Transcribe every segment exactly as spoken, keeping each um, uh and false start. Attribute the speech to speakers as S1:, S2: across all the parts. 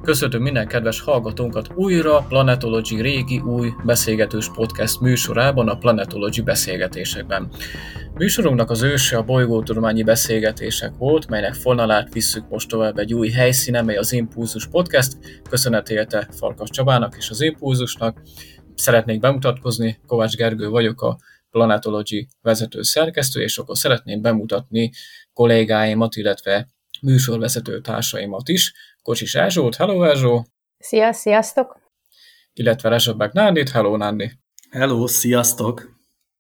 S1: Köszöntöm minden kedves hallgatónkat újra Planetology régi új beszélgetős podcast műsorában, a Planetology beszélgetésekben. Műsorunknak az őse a bolygótudományi beszélgetések volt, melynek fonalát visszük most tovább egy új helyszínen, mely az Impulzus Podcast. Köszönet érte Farkas Csabának és az Impulzusnak. Szeretnék bemutatkozni, Kovács Gergő vagyok, a Planetology vezető szerkesztő, és akkor szeretném bemutatni kollégáimat, illetve műsorvezető társaimat is. Kocsis Erzsót, hello Erzsó!
S2: Szia, sziasztok!
S1: Illetve Rezsabek Nándit, hello Nándi!
S3: Hello, sziasztok!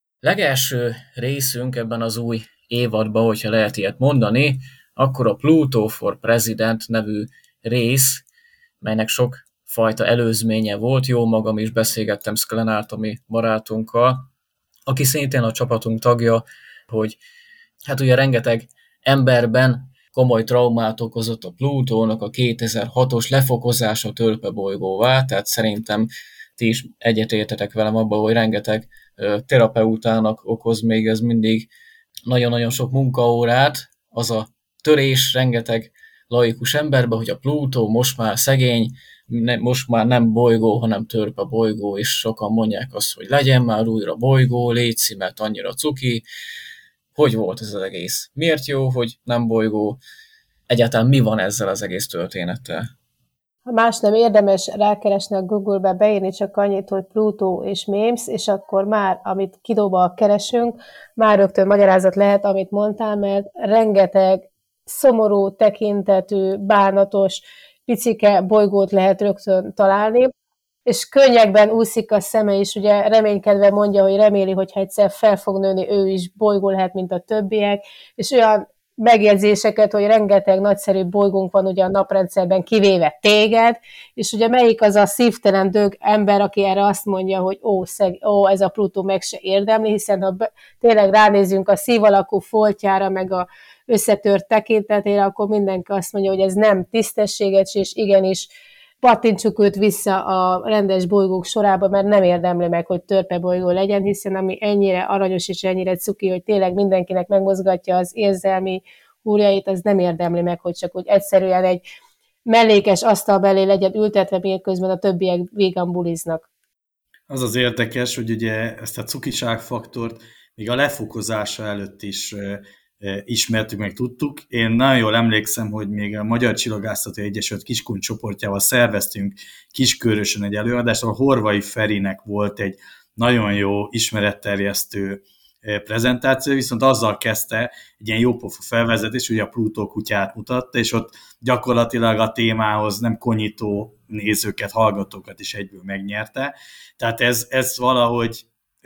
S1: Legelső részünk ebben az új évadban, hogyha lehet ilyet mondani, akkor a Pluto for President nevű rész, melynek sok fajta előzménye volt. Jó magam is beszélgettem Szklenár Tomi barátunkkal, aki szintén a csapatunk tagja, hogy hát ugye rengeteg emberben komoly traumát okozott a Plutónak a kétezer-hatos lefokozása Törpebolygóvá, tehát szerintem ti is egyetértetek velem abban, hogy rengeteg terapeutának okoz még ez mindig nagyon-nagyon sok munkaórát, az a törés rengeteg laikus emberbe, hogy a Plutó most már szegény, ne, most már nem bolygó, hanem törpebolygó, és sokan mondják azt, hogy legyen már újra bolygó, létszi, mert annyira cuki. Hogy volt ez az egész? Miért jó, hogy nem bolygó? Egyáltalán mi van ezzel az egész történettel?
S2: Ha más nem érdemes rákeresni a Google-be, beírni csak annyit, hogy Pluto és mémsz, és akkor már, amit kidobva keresünk, már rögtön magyarázat lehet, amit mondtál, mert rengeteg szomorú tekintetű, bánatos, picike bolygót lehet rögtön találni, és könnyekben úszik a szeme is, ugye reménykedve mondja, hogy reméli, hogy ha egyszer fel fog nőni, ő is bolygó lehet, mint a többiek, és olyan megjegyzéseket, hogy rengeteg nagyszerű bolygónk van ugye a naprendszerben, kivéve téged, és ugye melyik az a szívtelen dög ember, aki erre azt mondja, hogy ó, szeg, ó ez a Plutó meg se érdemli, hiszen ha be, tényleg ránézünk a szív alakú foltjára, meg a összetört tekintetére, akkor mindenki azt mondja, hogy ez nem tisztességes, és igenis pattintsuk őt vissza a rendes bolygók sorába, mert nem érdemli meg, hogy törpebolygó legyen, hiszen ami ennyire aranyos és ennyire cuki, hogy tényleg mindenkinek megmozgatja az érzelmi húrjait, az nem érdemli meg, hogy csak úgy egyszerűen egy mellékes asztal belé legyen ültetve, még közben a többiek végan buliznak.
S3: Az az érdekes, hogy ugye ezt a cukiságfaktort még a lefokozása előtt is ismertük, meg tudtuk. Én nagyon jól emlékszem, hogy még a Magyar Csillagászati Egyesület Kiskun csoportjával szerveztünk Kiskörösön egy előadást, ahol Horvai Ferinek volt egy nagyon jó ismeretterjesztő prezentáció, viszont azzal kezdte egy ilyen jópofa felvezetés, hogy a Plutó kutyát mutatta, és ott gyakorlatilag a témához nem konyító nézőket, hallgatókat is egyből megnyerte. Tehát ez, ez valahogy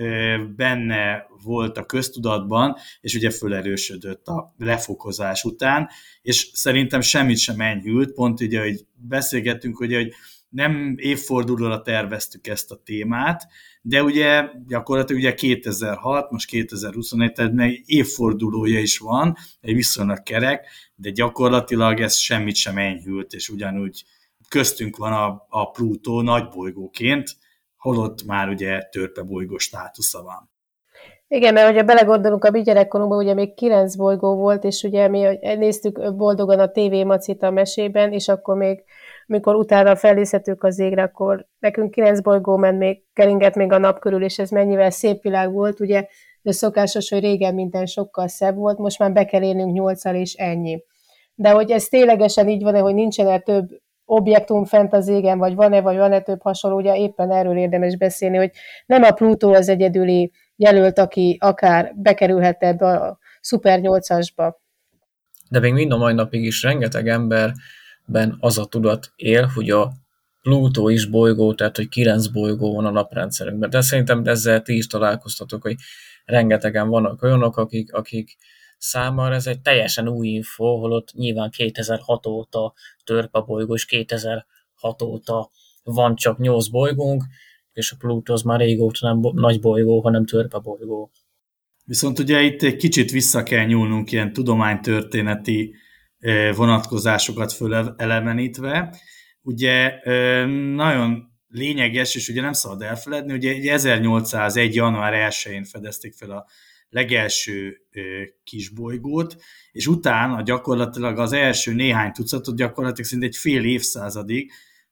S3: benne volt a köztudatban, és ugye fölerősödött a lefokozás után, és szerintem semmit sem enyhült, pont ugye, hogy beszélgettünk, ugye, hogy nem évfordulóra terveztük ezt a témát, de ugye gyakorlatilag ugye kétezer-hat, most kétezer-huszonegy, tehát évfordulója is van, egy viszonylag kerek, de gyakorlatilag ez semmit sem enyhült, és ugyanúgy köztünk van a, a Plutó nagybolygóként, holott már ugye törpebolygó státusza van.
S2: Igen, mert hogyha belegondolunk, a mi gyerekkorunkban ugye még kilenc bolygó volt, és ugye mi néztük boldogan a té vé Macit a mesében, és akkor még, amikor utána felnézhetők az égre, akkor nekünk kilenc bolygó ment még, keringett még a nap körül, és ez mennyivel szép világ volt, ugye, de szokásos, hogy régen minden sokkal szebb volt, most már be kell érnünk nyolccal, és ennyi. De hogy ez ténylegesen így van-e, hogy nincsen-e több objektum fent az égen, vagy van-e, vagy van-e több hasonló, ugye éppen erről érdemes beszélni, hogy nem a Plutó az egyedüli jelölt, aki akár bekerülhet ebbe a szuper nyolcasba.
S1: De még mind a mai napig is rengeteg emberben az a tudat él, hogy a Plutó is bolygó, tehát hogy kilenc bolygó van a naprendszerünkben. De szerintem ezzel ti is találkoztatok, hogy rengetegen vannak olyanok, akik, akik számára ez egy teljesen új info, holott nyilván kétezer-hat óta törpebolygó, és kétezer-hat óta van csak nyolc bolygónk, és a Plutó az már régóta nem nagy bolygó, hanem törpebolygó.
S3: Viszont ugye itt egy kicsit vissza kell nyúlnunk ilyen tudománytörténeti vonatkozásokat fölelevenítve. Ugye nagyon lényeges, és ugye nem szabad elfeledni, ugye ezernyolcszázegy. január elsején fedezték fel a legelső kisbolygót, és utána gyakorlatilag az első néhány tucatot gyakorlatilag szinte egy fél évszázadig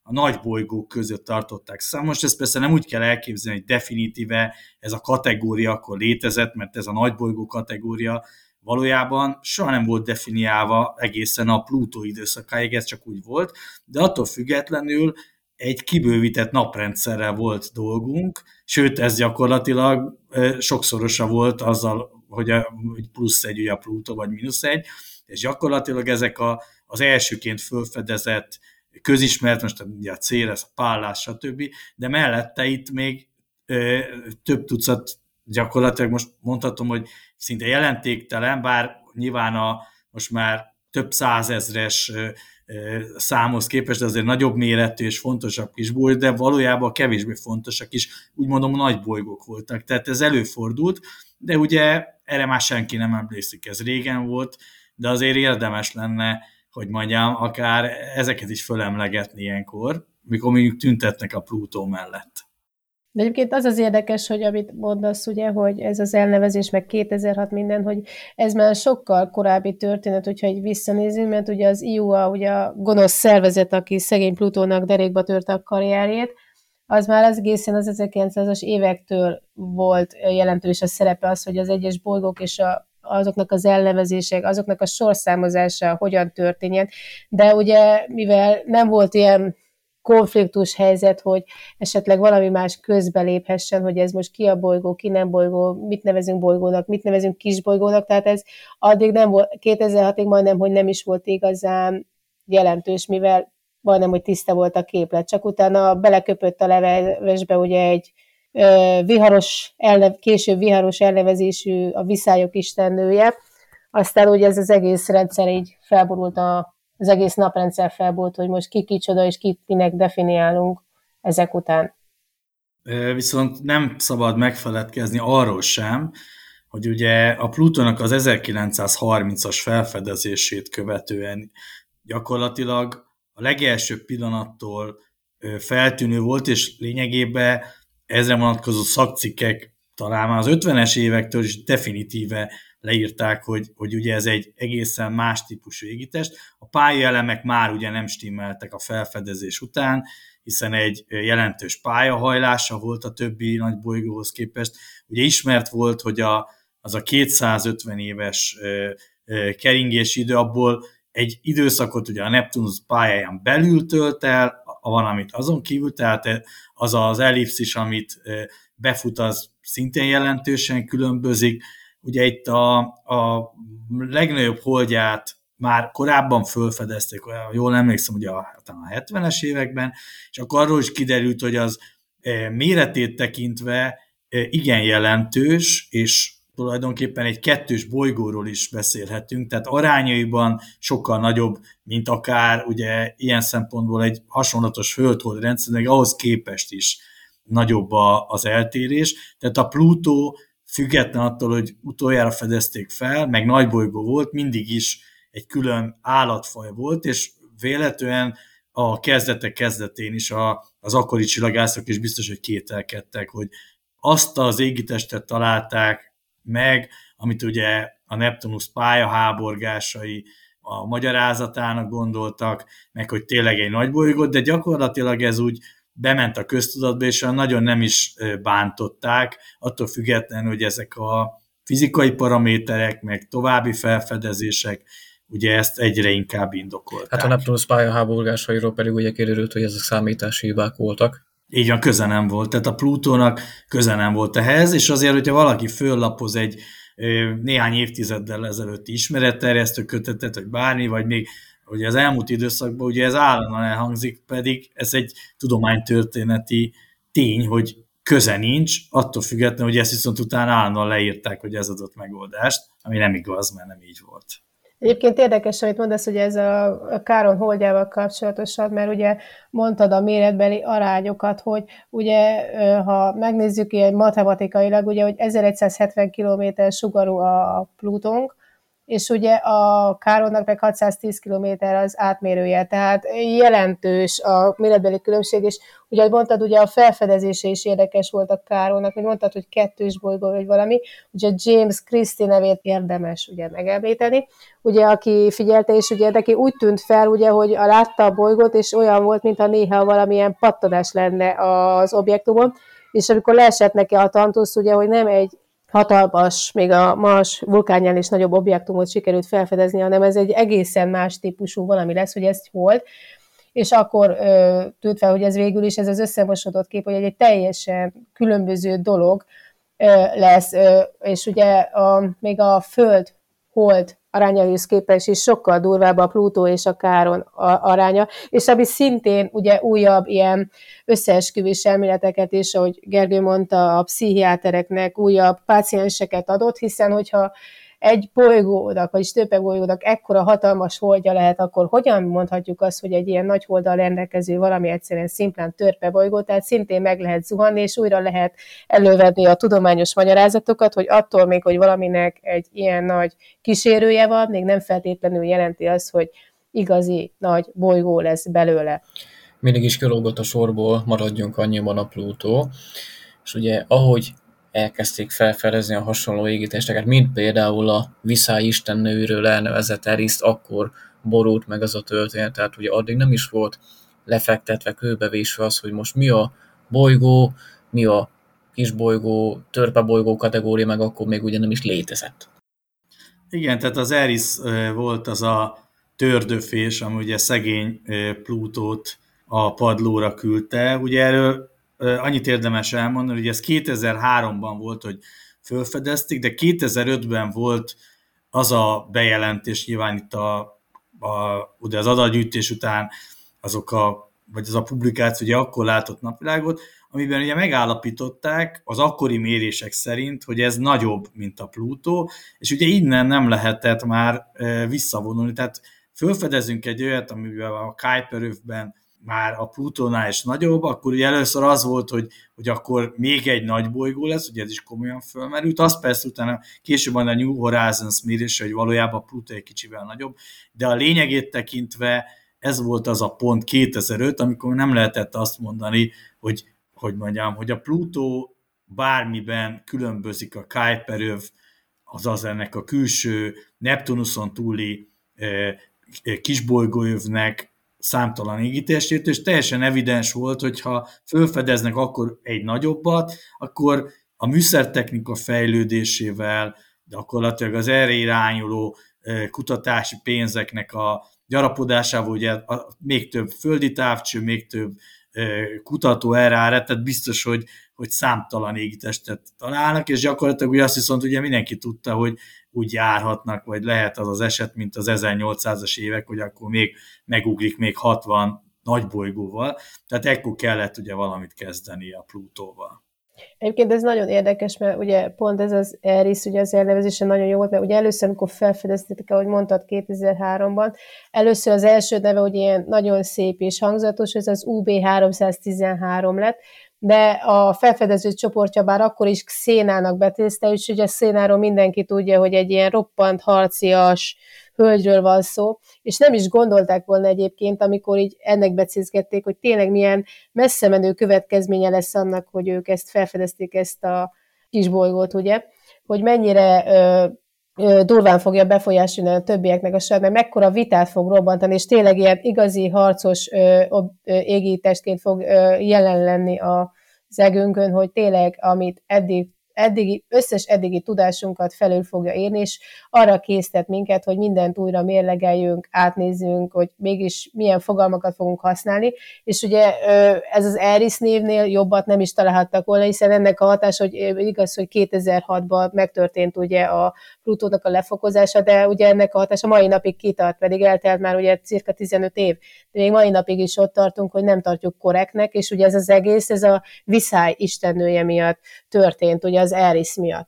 S3: a nagy bolygók között tartották számon. Most ezt persze nem úgy kell elképzelni, hogy definitíve ez a kategória akkor létezett, mert ez a nagy bolygó kategória valójában soha nem volt definiálva egészen a Plutó időszakáig, ez csak úgy volt, de attól függetlenül egy kibővített naprendszerrel volt dolgunk, sőt, ez gyakorlatilag sokszorosa volt azzal, hogy a, plusz egy ugye a Plutó, vagy mínusz egy, és gyakorlatilag ezek a, az elsőként felfedezett, közismert, most ugye a Céres, a Pallas, stb., de mellette itt még ö, több tucat, gyakorlatilag most mondhatom, hogy szinte jelentéktelen, bár nyilván a most már több százezres számhoz képest, de azért nagyobb méretű és fontosabb kis bolygók, de valójában kevésbé fontosak is, úgy mondom, nagy bolygók voltak. Tehát ez előfordult, de ugye erre már senki nem emlékszik, ez régen volt, de azért érdemes lenne, hogy mondjam, akár ezeket is fölemlegetni ilyenkor, mikor mondjuk tüntetnek a Plutó mellett.
S2: De egyébként az az érdekes, hogy amit mondasz, ugye, hogy ez az elnevezés, meg kétezer-hat minden, hogy ez már sokkal korábbi történet, hogyha így visszanézünk, mert ugye az i u á, ugye a gonosz szervezet, aki szegény Plutónak derékba törte a karrierjét, az már az egészen az ezerkilencszázas évektől volt jelentős a szerepe az, hogy az egyes bolygók és a, azoknak az elnevezések, azoknak a sorszámozása hogyan történjen. De ugye, mivel nem volt ilyen konfliktus helyzet, hogy esetleg valami más közbeléphessen, hogy ez most ki a bolygó, ki nem bolygó, mit nevezünk bolygónak, mit nevezünk kisbolygónak, tehát ez addig nem volt, kétezer-hatig majdnem, hogy nem is volt igazán jelentős, mivel majdnem, hogy tiszta volt a képlet, csak utána beleköpött a levesbe ugye egy ö, viharos, elnev, később viharos elnevezésű a viszályok istennője, aztán ugye ez az egész rendszer így felborult a az egész naprendszer felbolt, hogy most ki kicsoda és kit minek definiálunk ezek után.
S3: Viszont nem szabad megfeledkezni arról sem, hogy ugye a Plutónak az ezerkilencszázharmincas felfedezését követően gyakorlatilag a legelső pillanattól feltűnő volt, és lényegében ezre vonatkozó szakcikkek talán már az ötvenes évektől is definitíve leírták, hogy, hogy ugye ez egy egészen más típusú égitest. A pályaelemek már ugye nem stimmeltek a felfedezés után, hiszen egy jelentős pályahajlása volt a többi nagy bolygóhoz képest. Ugye ismert volt, hogy a, az a kétszázötven éves keringési idő, abból egy időszakot ugye a Neptunusz pályáján belül tölt el, van, amit azon kívül, tehát az az ellipszis, amit befut, az szintén jelentősen különbözik. Ugye itt a, a legnagyobb holdját már korábban felfedezték, jól emlékszem, ugye a, a hetvenes években, és akkor arról is kiderült, hogy az méretét tekintve igen jelentős, és tulajdonképpen egy kettős bolygóról is beszélhetünk, tehát arányaiban sokkal nagyobb, mint akár ugye ilyen szempontból egy hasonlatos föld-hold rendszernek, ahhoz képest is nagyobb az eltérés. Tehát a Plutó független attól, hogy utoljára fedezték fel, meg nagybolygó volt, mindig is egy külön állatfaj volt, és véletlenül a kezdetek kezdetén is a, az akkori csillagászok is biztos, hogy kételkedtek, hogy azt az égitestet találták meg, amit ugye a Neptunusz pályaháborgásai a magyarázatának gondoltak, meg hogy tényleg egy nagybolygót, de gyakorlatilag ez úgy bement a köztudatba, és nagyon nem is bántották, attól függetlenül, hogy ezek a fizikai paraméterek, meg további felfedezések, ugye ezt egyre inkább indokolták.
S1: Hát a Neptunusz pályaháborgásairól pedig ugye kiderült, hogy ezek számítási hibák voltak.
S3: Így van, köze nem volt. Tehát a Plutónak köze nem volt ehhez, és azért, hogyha valaki föllapoz egy néhány évtizeddel ezelőtti ismeretterjesztő kötetet, vagy bármi, vagy még ugye az elmúlt időszakban ugye ez állandóan elhangzik, pedig ez egy tudománytörténeti tény, hogy köze nincs, attól függetlenül, hogy ezt viszont utána állandóan leírták, hogy ez adott megoldást, ami nem igaz, mert nem így volt.
S2: Egyébként érdekes, amit mondasz, hogy ez a Káron holdjával kapcsolatosan, mert ugye mondtad a méretbeli arányokat, hogy ugye, ha megnézzük ilyen matematikailag, ugye, hogy ezeregyszázhetven kilométer sugarú a Plutónk, és ugye a Káronnak meg hatszáztíz kilométer az átmérője, tehát jelentős a méretbeli különbség, és ugye, ahogy mondtad, ugye a felfedezése is érdekes volt a Káronnak, mint mondtad, hogy kettős bolygó vagy valami, ugye James Christie nevét érdemes ugye megemlíteni, ugye, aki figyelte, és ugye neki úgy tűnt fel, ugye, hogy látta a bolygót, és olyan volt, mintha néha valamilyen pattanás lenne az objektumon, és amikor leesett neki a tantusz, ugye, hogy nem egy hatalmas, még a Mars vulkánján is nagyobb objektumot sikerült felfedezni, hanem ez egy egészen más típusú valami lesz, hogy ez hold, és akkor ö, tűnt fel, hogy ez végül is ez az összemosodott kép, hogy egy, egy teljesen különböző dolog ö, lesz, ö, és ugye a, még a Föld hold arányaihoz képest is sokkal durvább a Plutó és a Káron aránya, és ami szintén ugye újabb ilyen összeesküvés elméleteket is, ahogy Gergő mondta, a pszichiátereknek újabb pácienseket adott, hiszen hogyha egy bolygónak, vagyis több bolygónak ekkora hatalmas holdja lehet, akkor hogyan mondhatjuk azt, hogy egy ilyen nagy holddal rendelkező valami egyszerűen szimplán törpe bolygó, tehát szintén meg lehet zuhanni, és újra lehet elővenni a tudományos magyarázatokat, hogy attól még, hogy valaminek egy ilyen nagy kísérője van, még nem feltétlenül jelenti azt, hogy igazi nagy bolygó lesz belőle.
S1: Mindig is kilógott a sorból, maradjunk annyiban a Plutó, és ugye ahogy elkezdték felfedezni a hasonló égitesteket, mint például a Viszály istennőről elnevezett Eriszt, akkor borult meg az a történet, tehát ugye addig nem is volt lefektetve, kőbevésve az, hogy most mi a bolygó, mi a kisbolygó, törpebolygó kategória, meg akkor még ugye nem is létezett.
S3: Igen, tehát az Eris volt az a tördöfés, ami ugye szegény Plutót a padlóra küldte. Ugye erről annyit érdemes elmondani, hogy ez kétezer-háromban volt, hogy felfedezték, de kétezer-ötben volt az a bejelentés, nyilván itt a, a, ugye az adatgyűjtés után azok a, vagy az a publikáció ugye akkor látott napvilágot, amiben ugye megállapították az akkori mérések szerint, hogy ez nagyobb, mint a Plutó, és ugye innen nem lehetett már visszavonulni, tehát felfedezünk egy olyat, amiben a Kuiper övben már a Plutónál is nagyobb, akkor ugye először az volt, hogy, hogy akkor még egy nagy bolygó lesz, ugye ez is komolyan fölmerült, az persze utána később a New Horizons mérése, hogy valójában a Plutó egy kicsivel nagyobb, de a lényegét tekintve ez volt az a pont kétezer-öt, amikor nem lehetett azt mondani, hogy, hogy mondjam, hogy a Plutó bármiben különbözik a Kuiper öv, azaz ennek a külső Neptunuson túli eh, kisbolygóövnek számtalan égitestét, és teljesen evidens volt, hogy ha felfedeznek akkor egy nagyobbat, akkor a műszertechnika fejlődésével, gyakorlatilag az erre irányuló kutatási pénzeknek a gyarapodásával, ugye a, még több földi távcső, még több kutató erre áll, tehát biztos, hogy, hogy számtalan égitestet találnak, és gyakorlatilag ugye azt viszont ugye mindenki tudta, hogy úgy járhatnak, vagy lehet az az eset, mint az ezernyolcszázas évek, hogy akkor még megugrik még hatvan nagybolygóval, tehát ekkor kellett ugye valamit kezdeni a Plutóval.
S2: Egyébként ez nagyon érdekes, mert ugye pont ez az Eris, ugye az elnevezése nagyon jó volt, mert ugye először, amikor felfedeztétek, ahogy mondtad, kétezer-háromban, először az első neve, hogy ilyen nagyon szép és hangzatos, ez az U B háromszáztizenhárom lett, de a felfedező csoportja bár akkor is Xénának betézte, és ugye Xénáról mindenki tudja, hogy egy ilyen roppant harcias hölgyről van szó, és nem is gondolták volna egyébként, amikor így ennek becézgették, hogy tényleg milyen messze menő következménye lesz annak, hogy ők ezt felfedezték, ezt a kisbolygót, ugye, hogy mennyire ö, ö, durván fogja befolyásolni a többieknek a saját, mert mekkora vitát fog robbantani, és tényleg ilyen igazi harcos ö, ö, égitestként fog ö, jelen lenni az egünkön, hogy tényleg, amit eddig eddigi, összes eddigi tudásunkat felül fogja érni, és arra késztet minket, hogy mindent újra mérlegeljünk, átnézzünk, hogy mégis milyen fogalmakat fogunk használni, és ugye ez az Eris névnél jobbat nem is találhattak volna, hiszen ennek a hatás, hogy igaz, hogy kétezer-hatban megtörtént ugye a Plutónak a lefokozása, de ugye ennek a hatása mai napig kitart, pedig eltelt már ugye cirka tizenöt év, de még mai napig is ott tartunk, hogy nem tartjuk korrektnek, és ugye ez az egész, ez a Viszály istennője miatt történt, ugye az Eris miatt.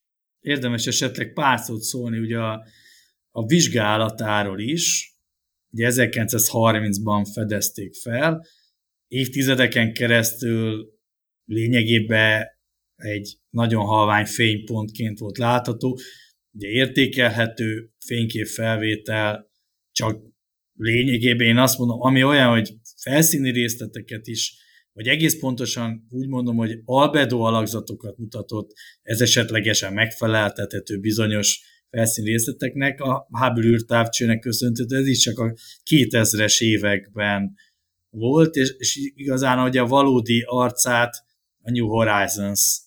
S3: Érdemes esetleg pár szót szólni ugye a, a vizsgálatáról is. Ugye ezerkilencszázharmincban fedezték fel, évtizedeken keresztül lényegében egy nagyon halvány fénypontként volt látható, ugye értékelhető, fényképfelvétel, csak lényegében én azt mondom, ami olyan, hogy felszíni részleteket is, vagy egész pontosan úgy mondom, hogy albedo alakzatokat mutatott, ez esetlegesen megfeleltethető bizonyos felszíni részleteknek, a Hubble űrtávcsőnek köszönhető, ez is csak a kétezres években volt, és, és igazán, hogy a valódi arcát a New Horizons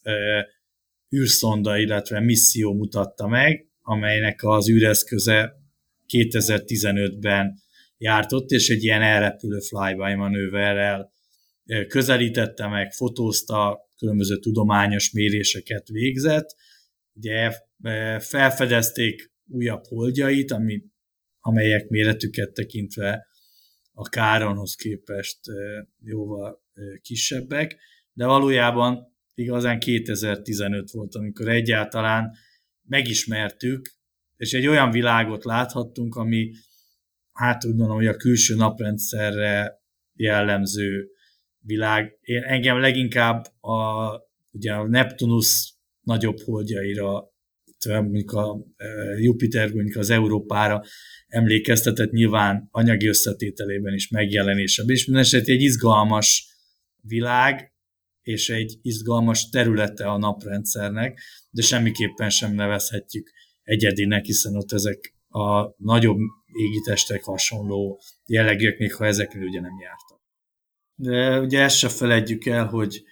S3: űrszonda, illetve misszió mutatta meg, amelynek az űreszköze kétezer-tizenötben járt ott, és egy ilyen elrepülő flyby manőverrel közelítette meg, fotózta, különböző tudományos méréseket végzett. Ugye felfedezték újabb holdjait, ami, amelyek méretüket tekintve a Káronhoz képest jóval kisebbek, de valójában igazán kétezer-tizenöt volt, amikor egyáltalán megismertük, és egy olyan világot láthattunk, ami hát úgy mondom, hogy a külső naprendszerre jellemző világ. Én engem leginkább a, ugye a Neptunusz nagyobb holdjaira, mondjuk a Jupiter, mondjuk az Európára emlékeztetett, nyilván anyagi összetételében is, megjelenésében is. Mindenesetre egy izgalmas világ, és egy izgalmas területe a naprendszernek, de semmiképpen sem nevezhetjük egyedinek, hiszen ott ezek a nagyobb égitestek hasonló jellegűek, még ha ezeknél ugye nem jártak. De ugye ezt se feledjük el, hogy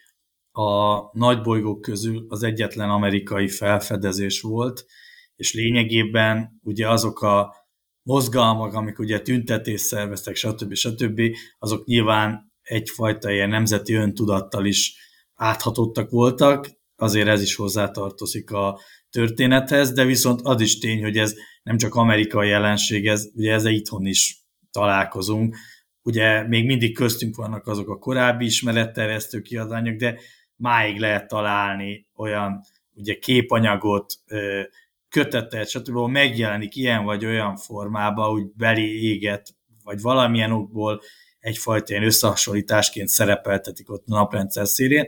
S3: a nagybolygók közül az egyetlen amerikai felfedezés volt, és lényegében ugye azok a mozgalmak, amik ugye tüntetést szerveztek, stb. stb., azok nyilván egyfajta ilyen nemzeti öntudattal is áthatottak voltak, azért ez is hozzátartozik a történethez, de viszont az is tény, hogy ez nem csak amerikai jelenség, ez, ugye ezzel itthon is találkozunk. Ugye még mindig köztünk vannak azok a korábbi ismeretterjesztő kiadványok, de máig lehet találni olyan ugye képanyagot, kötetet, stb. Ahol megjelenik ilyen vagy olyan formában, úgy beli éget, vagy valamilyen okból egyfajta ilyen összehasonlításként szerepeltetik ott a naprendszer szélén,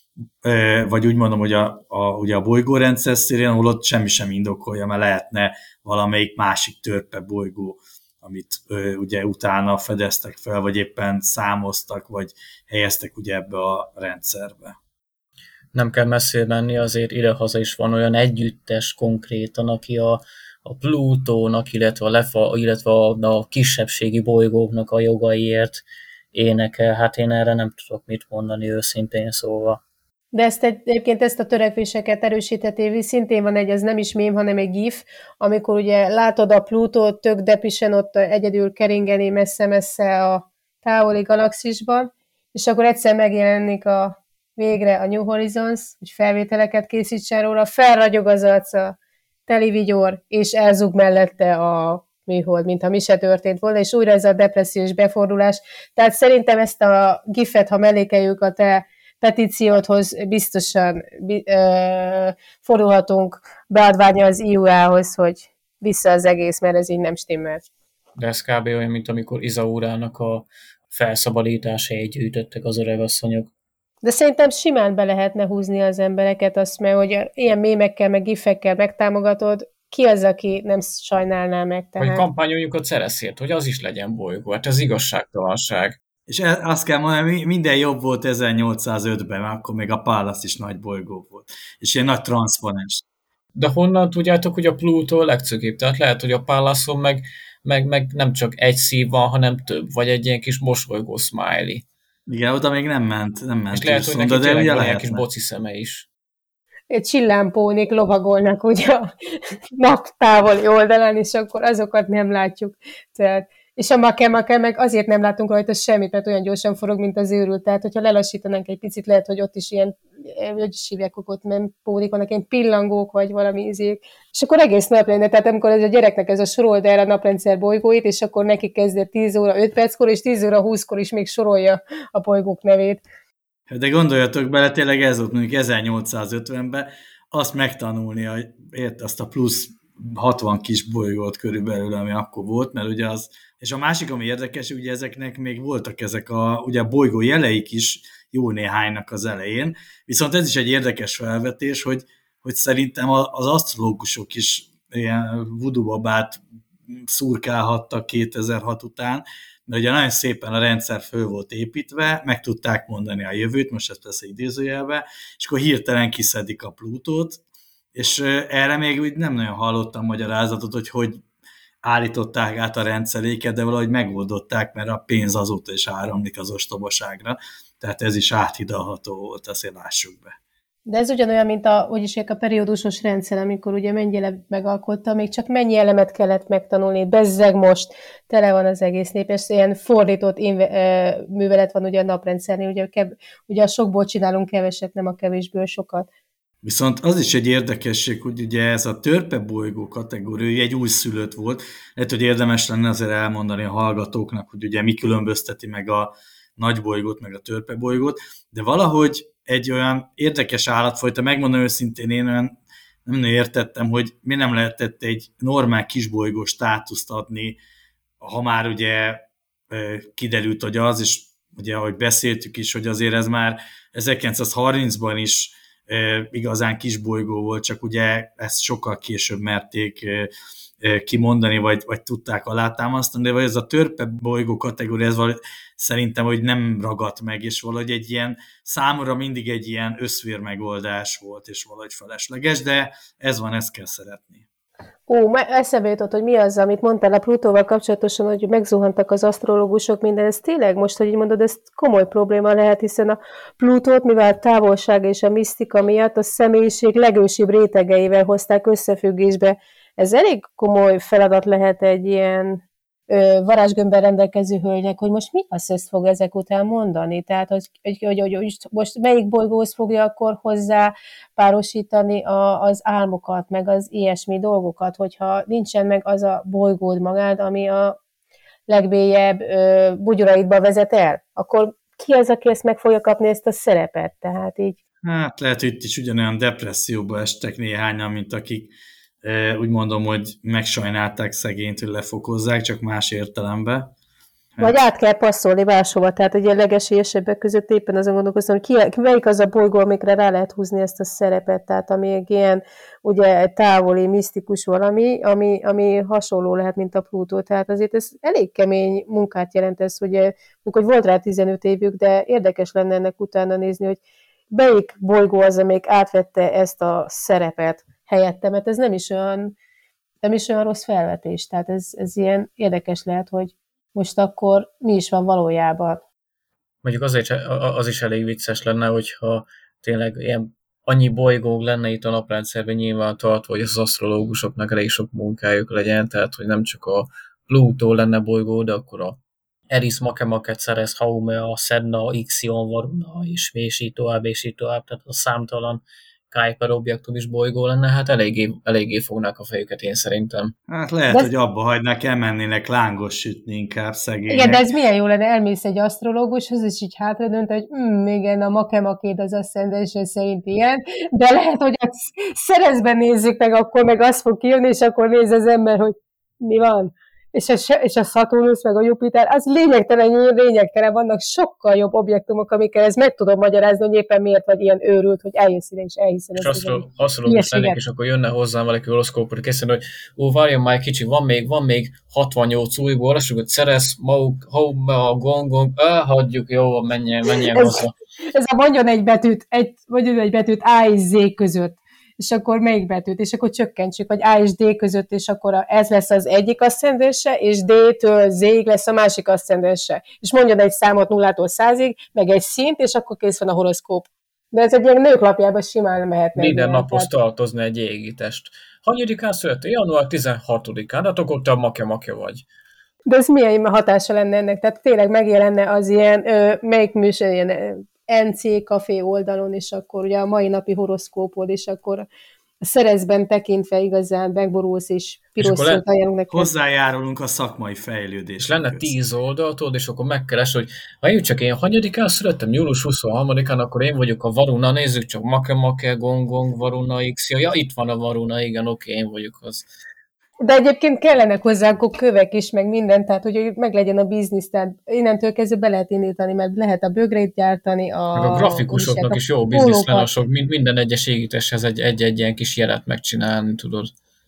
S3: vagy úgy mondom, hogy a, a, ugye a bolygórendszer szélén, ahol ott semmi sem indokolja, mert lehetne valamelyik másik törpe bolygó, amit ö, ugye utána fedeztek fel, vagy éppen számoztak, vagy helyeztek ugye ebbe a rendszerbe.
S1: Nem kell messzire menni, azért idehaza is van olyan együttes konkrétan, aki a, a Plutónak, illetve a, lefa, illetve a, a kisebbségi bolygóknak a jogaiért énekel. Hát én erre nem tudok mit mondani őszintén szóval.
S2: De ezt egyébként ezt a törekvéseket erősítheti, szintén van egy, ez nem is mém, hanem egy gif, amikor ugye látod a Plutót tök depisen ott egyedül keringeni messze-messze a távoli galaxisban, és akkor egyszer megjelenik a végre a New Horizons, hogy felvételeket készítsen róla, felragyog az arca, teli vigyor, és elzug mellette a műhold, mintha mi se történt volna, és újra ez a depressziós befordulás. Tehát szerintem ezt a gifet, ha mellékeljük a te petíciódhoz, biztosan ö, fordulhatunk beadványa az í u á-hoz, hogy vissza az egész, mert ez így nem stimmel.
S1: De ez kb. Olyan, mint amikor Izaurának a felszabadításait gyűjtöttek az öregasszonyok.
S2: De szerintem simán be lehetne húzni az embereket, azt, mert hogy ilyen mémekkel, meg gifekkel megtámogatod, ki az, aki nem sajnálná meg? Tehát...
S1: Hogy kampányoljuk a Cereszért, hogy az is legyen bolygó. Hát ez igazságtalanság.
S3: És azt kell mondani, minden jobb volt ezernyolcszázötben, akkor még a Pallas is nagy bolygó volt. És ilyen nagy transzponens.
S1: De honnan tudjátok, hogy a Plutó a legcökébb? Tehát lehet, hogy a Pallason meg, meg, meg nem csak egy szív van, hanem több, vagy egy ilyen kis mosolygó smiley.
S3: Igen, oda még nem ment. Nem ment
S1: és lehet, hogy neki tényleg van ilyen kis boci szeme is.
S2: Egy csillámpónik lovagolnak ugye a nap távoli oldalán, és akkor azokat nem látjuk. Tehát, és a Make-Make meg azért nem látunk rajta semmit, mert olyan gyorsan forog, mint az őrült. Tehát, hogyha lelassítanánk egy picit, lehet, hogy ott is ilyen, hogy is hívják ott, nem pónik, vannak ilyen pillangók, vagy valami izék. És akkor egész nap lenne. Tehát amikor ez a gyereknek ez a sorolda el a naprendszer bolygóit, és akkor neki kezdett tíz óra öt perckor, és tíz óra húszkor is még sorolja a bolygók nevét.
S3: De gondoljatok bele, tényleg ez volt mondjuk ezernyolcszázötvenben, azt megtanulni, hogy ért azt a plusz hatvan kis bolygót körülbelül, ami akkor volt, mert ugye az, és a másik, ami érdekes, ugye ezeknek még voltak ezek a, ugye a bolygó jeleik is jó néhánynak az elején, viszont ez is egy érdekes felvetés, hogy, hogy szerintem az asztrológusok is ilyen voodoo babát szurkálhattak kétezer-hat után, de ugye nagyon szépen a rendszer föl volt építve, meg tudták mondani a jövőt, most ezt persze idézőjelbe, és akkor hirtelen kiszedik a Plutót, és erre még úgy nem nagyon hallottam magyarázatot, hogy hogy állították át a rendszeréket, de valahogy megoldották, mert a pénz azóta is áramlik az ostobaságra, tehát ez is áthidalható volt, azért lássuk be.
S2: De ez ugyanolyan, mint a, úgyis a periódusos rendszer, amikor ugye Mengyele megalkotta, még csak mennyi elemet kellett megtanulni, bezzeg most tele van az egész nép, és ilyen fordított inve, művelet van ugye a naprendszernél, ugye, kev, ugye a sokból csinálunk keveset, nem a kevésből sokat.
S3: Viszont az is egy érdekesség, hogy ugye ez a törpebolygó kategória egy újszülött volt, lehet, hogy érdemes lenne azért elmondani a hallgatóknak, hogy ugye mi különbözteti meg a nagybolygót, meg a törpebolygót, de valahogy egy olyan érdekes állatfajta, megmondom őszintén, én olyan nem értettem, hogy mi nem lehetett egy normál kisbolygó státuszt adni, ha már ugye kiderült, hogy az, és ugye ahogy beszéltük is, hogy azért ez már ezerkilencszázharmincban is igazán kisbolygó volt, csak ugye ezt sokkal később merték kimondani, vagy, vagy tudták alátámasztani, de vagy ez a törpebolygó kategória, ez valahogy szerintem, hogy nem ragadt meg, és valahogy egy ilyen, számomra mindig egy ilyen összvér megoldás volt, és valahogy felesleges, de ez van, ezt kell szeretni.
S2: Ó, eszembe jutott, hogy mi az, amit mondtál a Plutóval kapcsolatosan, hogy megzuhantak az asztrológusok, minden, ez tényleg most, hogy így mondod, ez komoly probléma lehet, hiszen a Plutót, mivel a távolság és a misztika miatt a személyiség legősibb rétegeivel hozták összefüggésbe. Ez elég komoly feladat lehet egy ilyen ö, varázsgömbben rendelkező hölgynek, hogy most mi azt ezt fog ezek után mondani? Tehát, hogy, hogy, hogy, hogy most melyik bolygóhoz fogja akkor hozzá párosítani a, az álmokat, meg az ilyesmi dolgokat, hogyha nincsen meg az a bolygód magád, ami a legbélyebb ö, bugyoraidba vezet el, akkor ki az, aki ezt meg fogja kapni, ezt a szerepet? Tehát így...
S3: Hát lehet, hogy itt is ugyanolyan depresszióba estek néhányan, mint akik úgy mondom, hogy megsajnálták szegényt, hogy lefokozzák, csak más értelemben.
S2: Vagy át kell passzolni máshova, tehát egy ilyen legesélyesebbek között éppen azon gondolkoztam, hogy ki, melyik az a bolygó, amikre rá lehet húzni ezt a szerepet, tehát ami egy ilyen ugye távoli, misztikus valami, ami, ami hasonló lehet, mint a Plutó, tehát azért ez elég kemény munkát jelent ez, ugye, hogy volt rá tizenöt évük, de érdekes lenne ennek utána nézni, hogy melyik bolygó az, amelyik átvette ezt a szerepet helyette, mert ez nem is olyan, nem is olyan rossz felvetés, tehát ez, ez ilyen érdekes lehet, hogy most akkor mi is van valójában.
S1: Mondjuk azért az is elég vicces lenne, hogyha tényleg ilyen annyi bolygók lenne itt a naprendszerben nyilván tartva, hogy az asztrológusoknak elég sok munkájuk legyen, tehát hogy nem csak a Plutó lenne bolygó, de akkor a Eris, Makemake, Ceres, Haumea, Sedna, Ixion, Varuna, és, és így tovább, és így tovább, tehát a számtalan Kuiper objektum is bolygó lenne, hát eléggé, eléggé fognák a fejüket, én szerintem.
S3: Hát lehet, de... hogy abba hagynák, elmennének lángos sütni inkább szegények.
S2: Igen, de ez milyen jó lenne, elmész egy asztrológushoz, és így hátradönt, hogy mm, igen, a Makemakéd az ascendens szerint ilyen, de lehet, hogy a Ceresben nézzük meg, akkor meg az fog kijönni, és akkor néz az ember, hogy mi van. És a, és a Szaturnusz, meg a Jupiter, az lényegtelen, lényegtelen, vannak sokkal jobb objektumok, amikkel ez meg tudom magyarázni, hogy éppen miért vagy ilyen őrült, hogy eljössz ide, és elhiszed.
S1: És asztrológus lennék, és akkor jönne hozzám valaki horoszkópot, készen, hogy ó, várjon már kicsi, van még, van még hatvannyolc újból, azt mondjuk, hogy Ceres, Mauk, Haumea, Gongong, elhagyjuk, jó, menjen, menjen hozzá.
S2: Ez a mondjon egy betűt, egy, mondjon egy betűt A és Z között. És akkor melyik betűt, és akkor csökkentsük, vagy A és D között, és akkor ez lesz az egyik aszcendense, és D-től Z-ig lesz a másik aszcendense. És mondjon egy számot nullától százig, meg egy szint, és akkor kész van a horoszkóp. De ez egy ilyen nőklapjában simán mehetne.
S1: Minden naphoz tartozna egy égitest. Hanyadikán születtél? január tizenhatodikán, hát akkor te a make-make vagy.
S2: De ez milyen hatása lenne ennek? Tehát tényleg megjelenne az ilyen, ö, melyik műsor, ilyen en cé Café oldalon, és akkor ugye a mai napi horoszkópod, és akkor a Ceresben tekintve igazán megborulsz, és piros szót ajánlunk neked.
S3: Hozzájárulunk a szakmai fejlődéshez.
S1: És lenne tíz oldaltól, és akkor megkeres, hogy ha én csak én hanyadikán születtem, július huszonharmadikán, akkor én vagyok a Varuna, nézzük csak Makemake, Gongong, Varuna, X, ja, itt van a Varuna, igen, oké, én vagyok az.
S2: De egyébként kellenek hozzá akkor kövek is, meg minden, tehát hogy meg legyen a biznisz, tehát innentől kezdve be lehet indítani, mert lehet a bögrét gyártani. A,
S1: meg a grafikusoknak is, is jó biznisz lenne, sok, minden egyes égiteshez egy-egy ilyen kis jelet megcsinálni, tudod.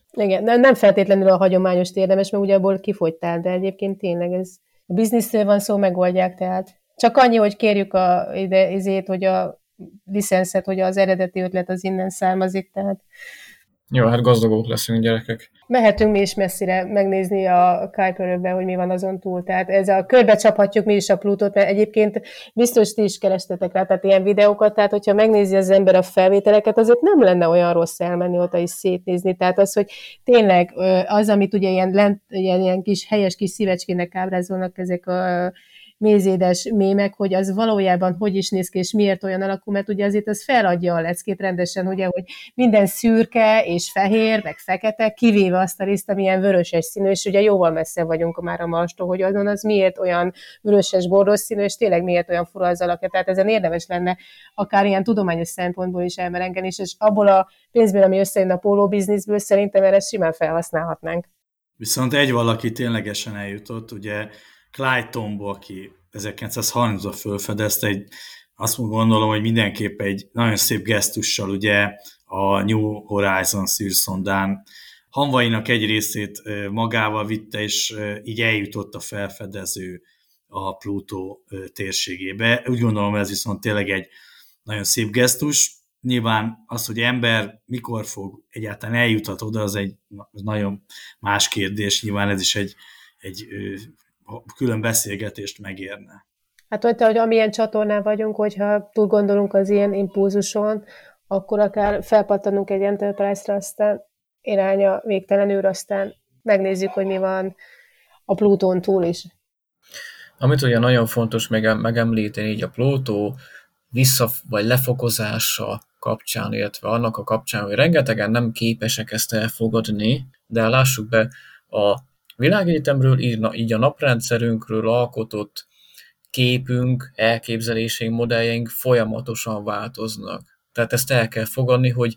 S2: Igen, nem, nem feltétlenül a hagyományos érdemes, mert ugye abból kifogytál, de egyébként tényleg ez a biznisztől van szó, megoldják, tehát csak annyi, hogy kérjük a, ide, izét, hogy a licenszet, hogy az eredeti ötlet az innen származik, tehát
S1: Jó, hát gazdagok leszünk, gyerekek.
S2: mehetünk mi is messzire megnézni a Kuiperben, hogy mi van azon túl. Tehát ez a körbe csaphatjuk mi is a Plutót, mert egyébként biztos ti is kerestetek rá, tehát ilyen videókat, tehát hogyha megnézi az ember a felvételeket, azért nem lenne olyan rossz elmenni oda is szétnézni. Tehát az, hogy tényleg az, amit ugye ilyen, lent, ilyen, ilyen kis helyes kis szívecskének ábrázolnak ezek a mézédes mémek, hogy az valójában hogy is néz ki, és miért olyan alakú, mert ugye azért az feladja a leckét rendesen, ugye, hogy minden szürke és fehér, meg fekete, kivéve azt a részt, ami ilyen vöröses színű, és ugye jóval messze vagyunk már a Marstól, hogy azon az miért olyan vöröses bordos színű, és tényleg miért olyan fura az alakja. Tehát ezen érdemes lenne akár ilyen tudományos szempontból is elmerengeni, és abból a pénzből, ami összejön a póló bizniszből, szerintem erre simán felhasználhatnánk.
S3: Viszont egy valaki ténylegesen eljutott, ugye Clyde Tombaugh, aki ezerkilencszázharmincban felfedezte, egy, azt gondolom, hogy mindenképp egy nagyon szép gesztussal ugye a New Horizons űrszondán hamvainak egy részét magával vitte, és így eljutott a felfedező a Plutó térségébe. Úgy gondolom, ez viszont tényleg egy nagyon szép gesztus. Nyilván az, hogy ember mikor fog egyáltalán eljuthat oda, az egy az nagyon más kérdés. Nyilván ez is egy, egy külön beszélgetést megérne.
S2: Hát, hogy, hogy amilyen csatornán vagyunk, hogyha túl gondolunk az ilyen impulzuson, akkor akár felpattanunk egy Enterprise-ra, aztán irány a végtelen űr, aztán megnézzük, hogy mi van a Plutón túl is.
S1: Amit ugye nagyon fontos megemlíteni, így a Plutó vissza vagy lefokozása kapcsán, illetve annak a kapcsán, hogy rengetegen nem képesek ezt elfogadni, de lássuk be, a világegyetemről, így a naprendszerünkről alkotott képünk, elképzeléseink, modelljeink folyamatosan változnak. Tehát ezt el kell fogadni, hogy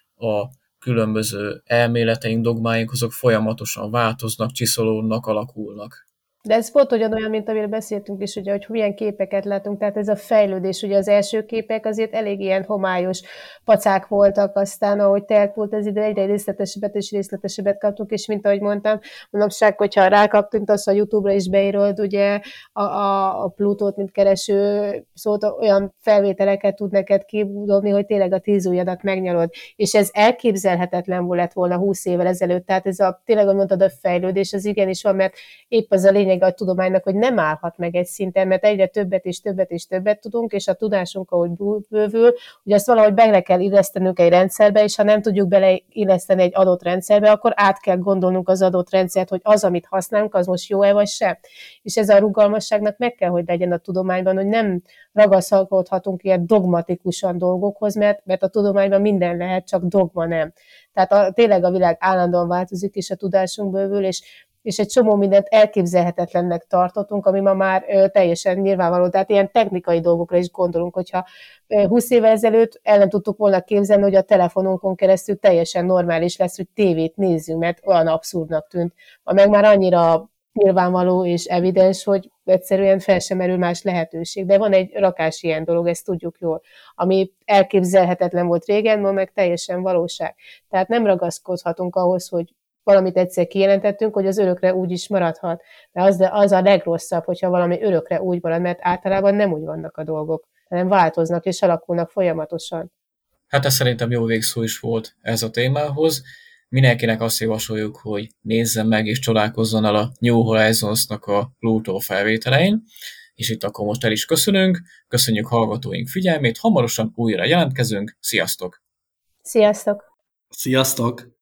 S1: a különböző elméleteink, dogmáink, azok folyamatosan változnak, csiszolódnak, alakulnak.
S2: De ez pont olyan, mint amiről beszéltünk is, ugye, hogy milyen képeket látunk, tehát ez a fejlődés, ugye az első képek azért elég ilyen homályos pacák voltak, aztán ahogy telt volt az idő, egyre részletesebbet és részletesebbet kaptunk, és mint ahogy mondtam, manapság, hogyha rákaptunk, azt a YouTube-ra is beírod, ugye a, a, a Plutót, mint kereső szót, olyan felvételeket tud neked kidobni, hogy tényleg a tíz ujjadat megnyalod, és ez elképzelhetetlen lett volna húsz évvel ezelőtt, tehát ez a, tényleg, ahogy mondtad, a fejlődés, az igenis van, mert épp az a lényeg a tudománynak, hogy nem állhat meg egy szinten, mert egyre többet és többet és többet tudunk, és a tudásunk, ahogy bővül, hogy azt valahogy bele kell illesztenünk egy rendszerbe, és ha nem tudjuk beleilleszteni egy adott rendszerbe, akkor át kell gondolnunk az adott rendszert, hogy az, amit használunk, az most jó-e vagy sem. És ez a rugalmasságnak meg kell, hogy legyen a tudományban, hogy nem ragaszkodhatunk ilyen dogmatikusan dolgokhoz, mert, mert a tudományban minden lehet, csak dogma nem. Tehát a, tényleg a világ állandóan változik, és a tudásunk bővül, és és egy csomó mindent elképzelhetetlennek tartottunk, ami ma már ö, teljesen nyilvánvaló. Tehát ilyen technikai dolgokra is gondolunk, hogyha ö, húsz évvel ezelőtt el nem tudtuk volna képzelni, hogy a telefonunkon keresztül teljesen normális lesz, hogy tévét nézzünk, mert olyan abszurdnak tűnt. Ma meg már annyira nyilvánvaló és evidens, hogy egyszerűen fel sem merül más lehetőség. De van egy rakás ilyen dolog, ezt tudjuk jól, ami elképzelhetetlen volt régen, ma meg teljesen valóság. Tehát nem ragaszkodhatunk ahhoz, hogy valamit egyszer kijelentettünk, hogy az örökre úgy is maradhat. De az, de az a legrosszabb, hogyha valami örökre úgy marad, mert általában nem úgy vannak a dolgok, hanem változnak és alakulnak folyamatosan.
S1: Hát ez szerintem jó végszó is volt ez a témához. Mindenkinek azt javasoljuk, hogy nézzen meg és csodálkozzon el a New Horizons-nak a Pluto felvételein, és itt akkor most el is köszönünk, köszönjük hallgatóink figyelmét, hamarosan újra jelentkezünk, sziasztok!
S2: Sziasztok!
S3: Sziasztok!